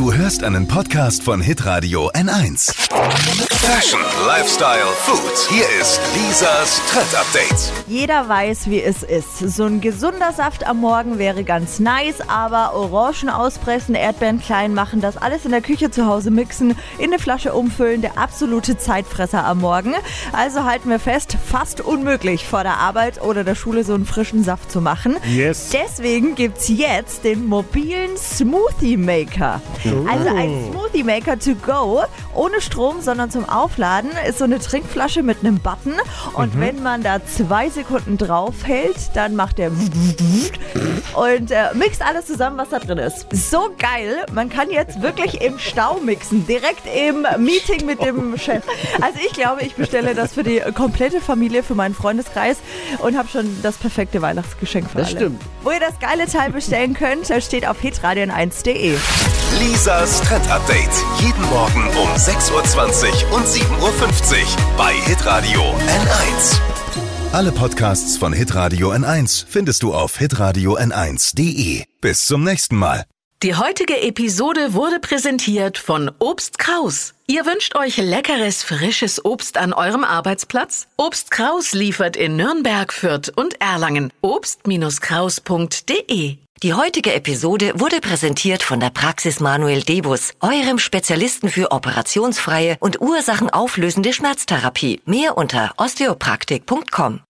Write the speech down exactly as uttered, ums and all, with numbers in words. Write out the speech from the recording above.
Du hörst einen Podcast von Hitradio N eins. Fashion, Lifestyle, Food. Hier ist Lisas Trend Update. Jeder weiß, wie es ist. So ein gesunder Saft am Morgen wäre ganz nice, aber Orangen auspressen, Erdbeeren klein machen, das alles in der Küche zu Hause mixen, in eine Flasche umfüllen, der absolute Zeitfresser am Morgen. Also halten wir fest, fast unmöglich vor der Arbeit oder der Schule so einen frischen Saft zu machen. Yes. Deswegen gibt's jetzt den mobilen Smoothie Maker. Oh. Also ein Smoothie Maker to go, ohne Strom, sondern zum Aufladen, ist so eine Trinkflasche mit einem Button und mhm. wenn man da zwei Sekunden drauf hält, dann macht der und äh, mixt alles zusammen, was da drin ist. So geil, man kann jetzt wirklich im Stau mixen, direkt im Meeting mit dem Chef. Also ich glaube, ich bestelle das für die komplette Familie, für meinen Freundeskreis und habe schon das perfekte Weihnachtsgeschenk für das alle. Das stimmt. Wo ihr das geile Teil bestellen könnt, steht auf hitradio n eins punkt de. Lisas Trend Update. Jeden Morgen um sechs Uhr zwanzig und sieben Uhr fünfzig bei Hitradio N eins. Alle Podcasts von Hitradio N eins findest du auf hitradio n eins punkt de. Bis zum nächsten Mal. Die heutige Episode wurde präsentiert von Obst Kraus. Ihr wünscht euch leckeres, frisches Obst an eurem Arbeitsplatz? Obst Kraus liefert in Nürnberg, Fürth und Erlangen. obst Kraus punkt de. Die heutige Episode wurde präsentiert von der Praxis Manuel Debus, eurem Spezialisten für operationsfreie und ursachenauflösende Schmerztherapie. Mehr unter osteopraktik punkt com.